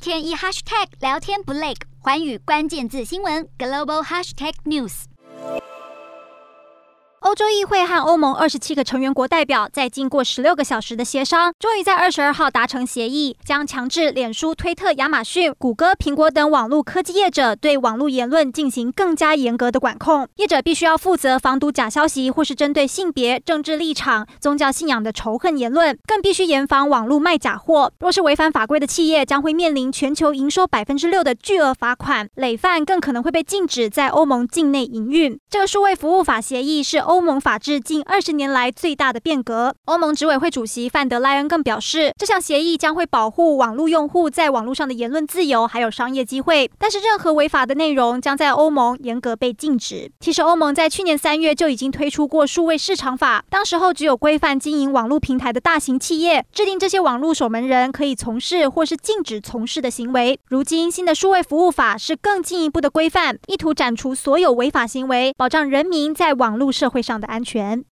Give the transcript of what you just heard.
天一 hashtag 聊天不累，寰宇关键字新闻 global hashtag news。欧洲议会和欧盟27个成员国代表在经过16个小时的协商，终于在22号达成协议，将强制脸书、推特、亚马逊、谷歌、苹果等网络科技业者对网络言论进行更加严格的管控。业者必须要负责防堵假消息或是针对性别、政治立场、宗教信仰的仇恨言论，更必须严防网络卖假货。若是违反法规的企业，将会面临全球营收6%的巨额罚款，累犯更可能会被禁止在欧盟境内营运。这个数位服务法协议是欧盟法治近20年来最大的变革。欧盟执委会主席范德莱恩更表示，这项协议将会保护网络用户在网络上的言论自由还有商业机会，但是任何违法的内容将在欧盟严格被禁止。其实欧盟在去年3月就已经推出过数位市场法，当时候只有规范经营网络平台的大型企业，制定这些网络守门人可以从事或是禁止从事的行为。如今新的数位服务法是更进一步的规范，意图斩除所有违法行为，保障人民在网络社会上的安全。